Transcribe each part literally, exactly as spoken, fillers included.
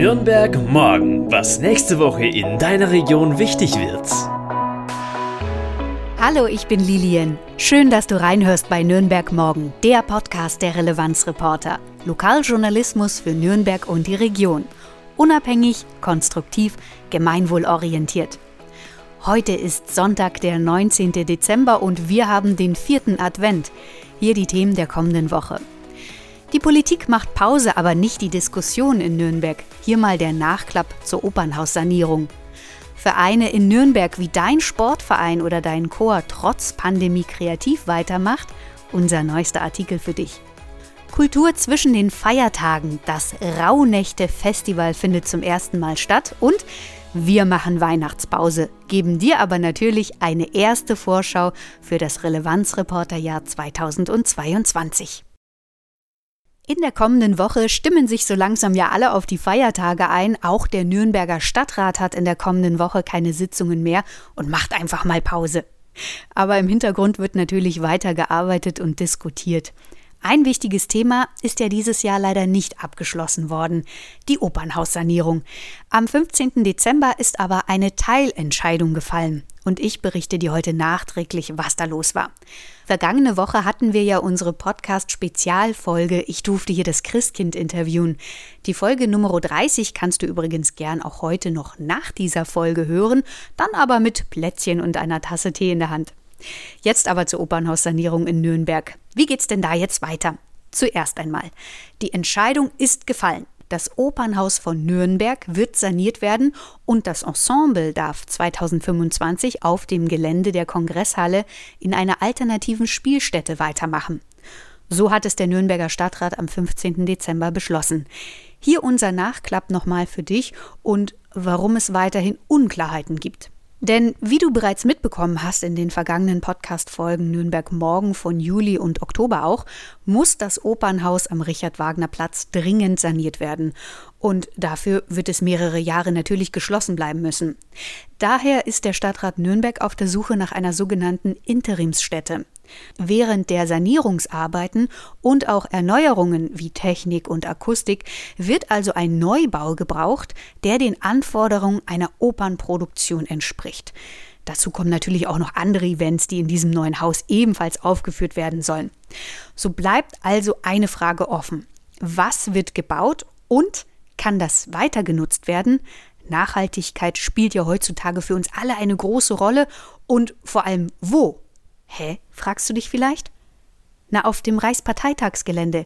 Nürnberg morgen, was nächste Woche in deiner Region wichtig wird. Hallo, ich bin Lilian. Schön, dass du reinhörst bei Nürnberg morgen, der Podcast der Relevanzreporter. Lokaljournalismus für Nürnberg und die Region. Unabhängig, konstruktiv, gemeinwohlorientiert. Heute ist Sonntag, der neunzehnten Dezember und wir haben den vierten Advent. Hier die Themen der kommenden Woche. Die Politik macht Pause, aber nicht die Diskussion in Nürnberg. Hier mal der Nachklapp zur Opernhaussanierung. Vereine in Nürnberg wie dein Sportverein oder dein Chor trotz Pandemie kreativ weitermacht, unser neuester Artikel für dich. Kultur zwischen den Feiertagen, das Rauhnächte-Festival findet zum ersten Mal statt und wir machen Weihnachtspause, geben dir aber natürlich eine erste Vorschau für das Relevanzreporterjahr zweitausendzweiundzwanzig. In der kommenden Woche stimmen sich so langsam ja alle auf die Feiertage ein. Auch der Nürnberger Stadtrat hat in der kommenden Woche keine Sitzungen mehr und macht einfach mal Pause. Aber im Hintergrund wird natürlich weiter gearbeitet und diskutiert. Ein wichtiges Thema ist ja dieses Jahr leider nicht abgeschlossen worden, die Opernhaussanierung. Am fünfzehnten Dezember ist aber eine Teilentscheidung gefallen und ich berichte dir heute nachträglich, was da los war. Vergangene Woche hatten wir ja unsere Podcast-Spezialfolge Ich durfte hier das Christkind interviewen. Die Folge Nummer dreißig kannst du übrigens gern auch heute noch nach dieser Folge hören, dann aber mit Plätzchen und einer Tasse Tee in der Hand. Jetzt aber zur Opernhaussanierung in Nürnberg. Wie geht's denn da jetzt weiter? Zuerst einmal, die Entscheidung ist gefallen. Das Opernhaus von Nürnberg wird saniert werden und das Ensemble darf zweitausendfünfundzwanzig auf dem Gelände der Kongresshalle in einer alternativen Spielstätte weitermachen. So hat es der Nürnberger Stadtrat am fünfzehnten Dezember beschlossen. Hier unser Nachklapp nochmal für dich und warum es weiterhin Unklarheiten gibt. Denn wie du bereits mitbekommen hast in den vergangenen Podcast-Folgen Nürnberg morgen von Juli und Oktober auch, muss das Opernhaus am Richard-Wagner-Platz dringend saniert werden. Und dafür wird es mehrere Jahre natürlich geschlossen bleiben müssen. Daher ist der Stadtrat Nürnberg auf der Suche nach einer sogenannten Interimsstätte. Während der Sanierungsarbeiten und auch Erneuerungen wie Technik und Akustik wird also ein Neubau gebraucht, der den Anforderungen einer Opernproduktion entspricht. Dazu kommen natürlich auch noch andere Events, die in diesem neuen Haus ebenfalls aufgeführt werden sollen. So bleibt also eine Frage offen. Was wird gebaut und kann das weiter genutzt werden? Nachhaltigkeit spielt ja heutzutage für uns alle eine große Rolle und vor allem wo? Hä, fragst du dich vielleicht? Na, auf dem Reichsparteitagsgelände.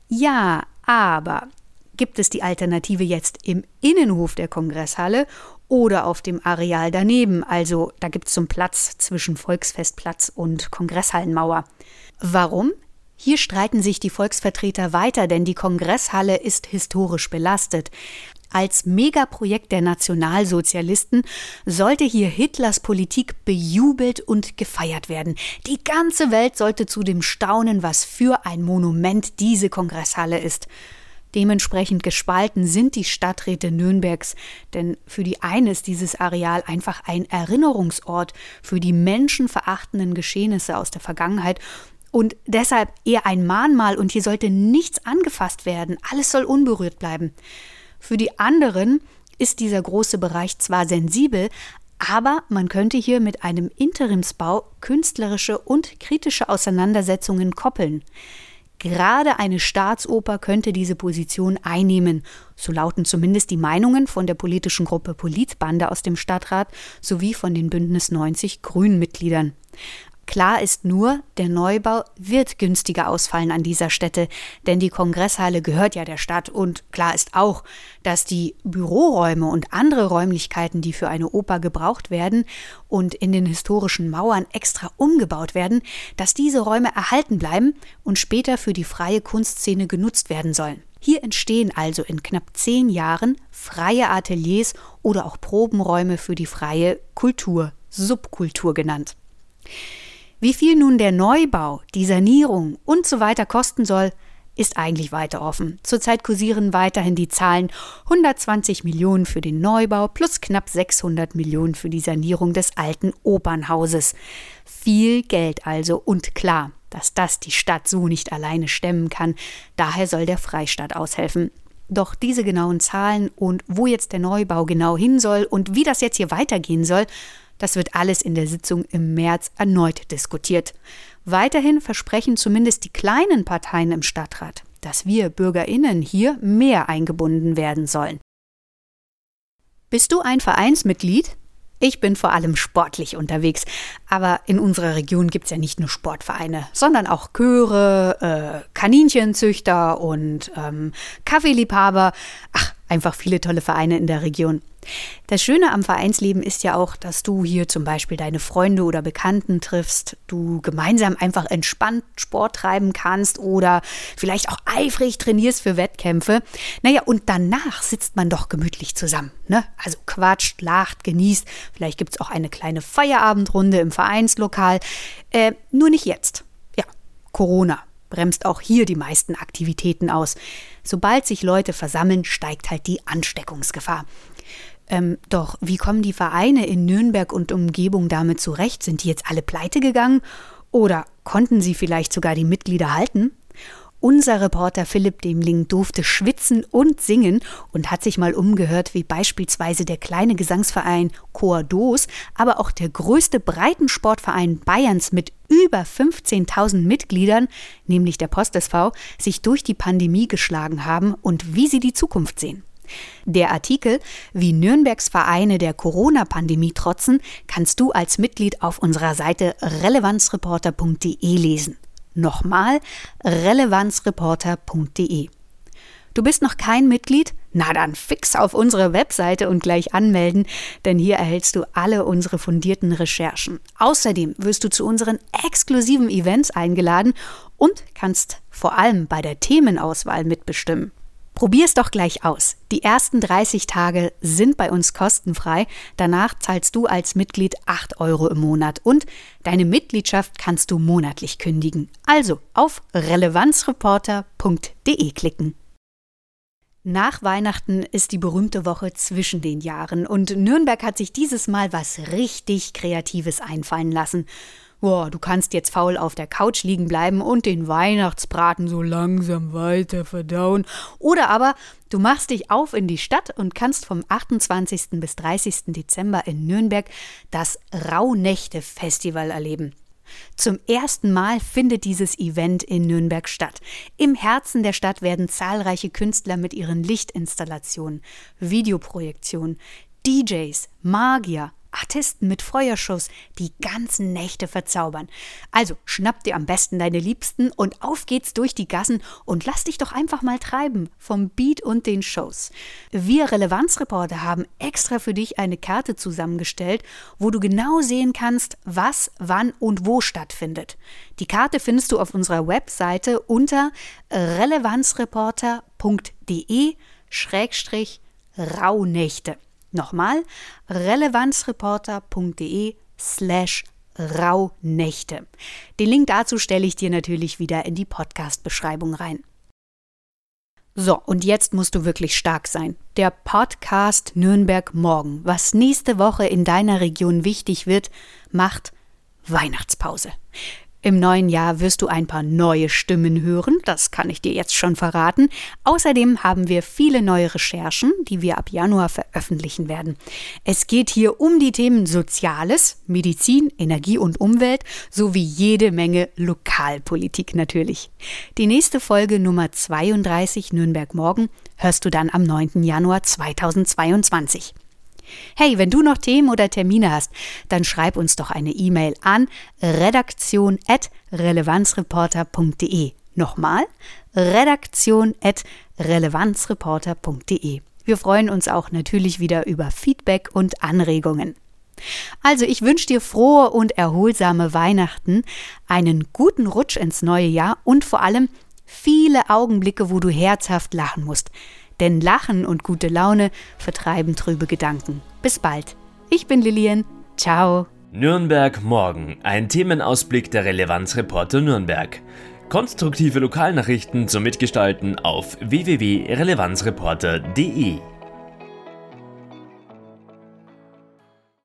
Ja, aber gibt es die Alternative jetzt im Innenhof der Kongresshalle oder auf dem Areal daneben? Also da gibt es so einen Platz zwischen Volksfestplatz und Kongresshallenmauer. Warum? Hier streiten sich die Volksvertreter weiter, denn die Kongresshalle ist historisch belastet. Als Megaprojekt der Nationalsozialisten sollte hier Hitlers Politik bejubelt und gefeiert werden. Die ganze Welt sollte zudem staunen, was für ein Monument diese Kongresshalle ist. Dementsprechend gespalten sind die Stadträte Nürnbergs, denn für die einen ist dieses Areal einfach ein Erinnerungsort für die menschenverachtenden Geschehnisse aus der Vergangenheit und deshalb eher ein Mahnmal und hier sollte nichts angefasst werden, alles soll unberührt bleiben. Für die anderen ist dieser große Bereich zwar sensibel, aber man könnte hier mit einem Interimsbau künstlerische und kritische Auseinandersetzungen koppeln. Gerade eine Staatsoper könnte diese Position einnehmen, so lauten zumindest die Meinungen von der politischen Gruppe Politbande aus dem Stadtrat sowie von den Bündnis neunzig Grünen-Mitgliedern. Klar ist nur, der Neubau wird günstiger ausfallen an dieser Stätte, denn die Kongresshalle gehört ja der Stadt und klar ist auch, dass die Büroräume und andere Räumlichkeiten, die für eine Oper gebraucht werden und in den historischen Mauern extra umgebaut werden, dass diese Räume erhalten bleiben und später für die freie Kunstszene genutzt werden sollen. Hier entstehen also in knapp zehn Jahren freie Ateliers oder auch Probenräume für die freie Kultur, Subkultur genannt. Wie viel nun der Neubau, die Sanierung und so weiter kosten soll, ist eigentlich weiter offen. Zurzeit kursieren weiterhin die Zahlen hundertzwanzig Millionen für den Neubau plus knapp sechshundert Millionen für die Sanierung des alten Opernhauses. Viel Geld also und klar, dass das die Stadt so nicht alleine stemmen kann. Daher soll der Freistaat aushelfen. Doch diese genauen Zahlen und wo jetzt der Neubau genau hin soll und wie das jetzt hier weitergehen soll, das wird alles in der Sitzung im März erneut diskutiert. Weiterhin versprechen zumindest die kleinen Parteien im Stadtrat, dass wir BürgerInnen hier mehr eingebunden werden sollen. Bist du ein Vereinsmitglied? Ich bin vor allem sportlich unterwegs, aber in unserer Region gibt es ja nicht nur Sportvereine, sondern auch Chöre, äh, Kaninchenzüchter und ähm, Kaffeeliebhaber. Ach, einfach viele tolle Vereine in der Region. Das Schöne am Vereinsleben ist ja auch, dass du hier zum Beispiel deine Freunde oder Bekannten triffst, du gemeinsam einfach entspannt Sport treiben kannst oder vielleicht auch eifrig trainierst für Wettkämpfe. Naja, und danach sitzt man doch gemütlich zusammen, ne? Also quatscht, lacht, genießt. Vielleicht gibt es auch eine kleine Feierabendrunde im Vereinslokal. Äh, nur nicht jetzt. Ja, Corona bremst auch hier die meisten Aktivitäten aus. Sobald sich Leute versammeln, steigt halt die Ansteckungsgefahr. Ähm, doch wie kommen die Vereine in Nürnberg und Umgebung damit zurecht? Sind die jetzt alle pleite gegangen? Oder konnten sie vielleicht sogar die Mitglieder halten? Unser Reporter Philipp Demling durfte schwitzen und singen und hat sich mal umgehört, wie beispielsweise der kleine Gesangsverein Chor Doos, aber auch der größte Breitensportverein Bayerns mit über fünfzehntausend Mitgliedern, nämlich der Post S V, sich durch die Pandemie geschlagen haben und wie sie die Zukunft sehen. Der Artikel, wie Nürnbergs Vereine der Corona-Pandemie trotzen, kannst du als Mitglied auf unserer Seite relevanzreporter punkt de lesen. Nochmal, relevanzreporter punkt de. Du bist noch kein Mitglied? Na dann fix auf unsere Webseite und gleich anmelden, denn hier erhältst du alle unsere fundierten Recherchen. Außerdem wirst du zu unseren exklusiven Events eingeladen und kannst vor allem bei der Themenauswahl mitbestimmen. Probier's doch gleich aus. Die ersten dreißig Tage sind bei uns kostenfrei. Danach zahlst du als Mitglied acht Euro im Monat und deine Mitgliedschaft kannst du monatlich kündigen. Also auf relevanzreporter punkt de klicken. Nach Weihnachten ist die berühmte Woche zwischen den Jahren und Nürnberg hat sich dieses Mal was richtig Kreatives einfallen lassen. Boah, du kannst jetzt faul auf der Couch liegen bleiben und den Weihnachtsbraten so langsam weiter verdauen. Oder aber du machst dich auf in die Stadt und kannst vom achtundzwanzigsten bis dreißigsten Dezember in Nürnberg das Rauhnächte-Festival erleben. Zum ersten Mal findet dieses Event in Nürnberg statt. Im Herzen der Stadt werden zahlreiche Künstler mit ihren Lichtinstallationen, Videoprojektionen, D Js, Magier, Artisten mit Feuershows die ganzen Nächte verzaubern. Also schnapp dir am besten deine Liebsten und auf geht's durch die Gassen und lass dich doch einfach mal treiben vom Beat und den Shows. Wir Relevanzreporter haben extra für dich eine Karte zusammengestellt, wo du genau sehen kannst, was, wann und wo stattfindet. Die Karte findest du auf unserer Webseite unter relevanzreporter punkt de schrägstrich Rauhnächte. Nochmal, relevanzreporter punkt de slash Rauhnächte. Den Link dazu stelle ich dir natürlich wieder in die Podcast-Beschreibung rein. So, und jetzt musst du wirklich stark sein. Der Podcast Nürnberg morgen, was nächste Woche in deiner Region wichtig wird, macht Weihnachtspause. Im neuen Jahr wirst du ein paar neue Stimmen hören, das kann ich dir jetzt schon verraten. Außerdem haben wir viele neue Recherchen, die wir ab Januar veröffentlichen werden. Es geht hier um die Themen Soziales, Medizin, Energie und Umwelt sowie jede Menge Lokalpolitik natürlich. Die nächste Folge Nummer zweiunddreißig Nürnberg morgen hörst du dann am neunten Januar zweitausendzweiundzwanzig. Hey, wenn du noch Themen oder Termine hast, dann schreib uns doch eine E-Mail an redaktion at relevanzreporter punkt de. Nochmal, redaktion at relevanzreporter punkt de. Wir freuen uns auch natürlich wieder über Feedback und Anregungen. Also ich wünsche dir frohe und erholsame Weihnachten, einen guten Rutsch ins neue Jahr und vor allem viele Augenblicke, wo du herzhaft lachen musst. Denn Lachen und gute Laune vertreiben trübe Gedanken. Bis bald. Ich bin Lilian. Ciao. Nürnberg morgen. Ein Themenausblick der Relevanzreporter Nürnberg. Konstruktive Lokalnachrichten zum Mitgestalten auf w w w punkt relevanzreporter punkt de.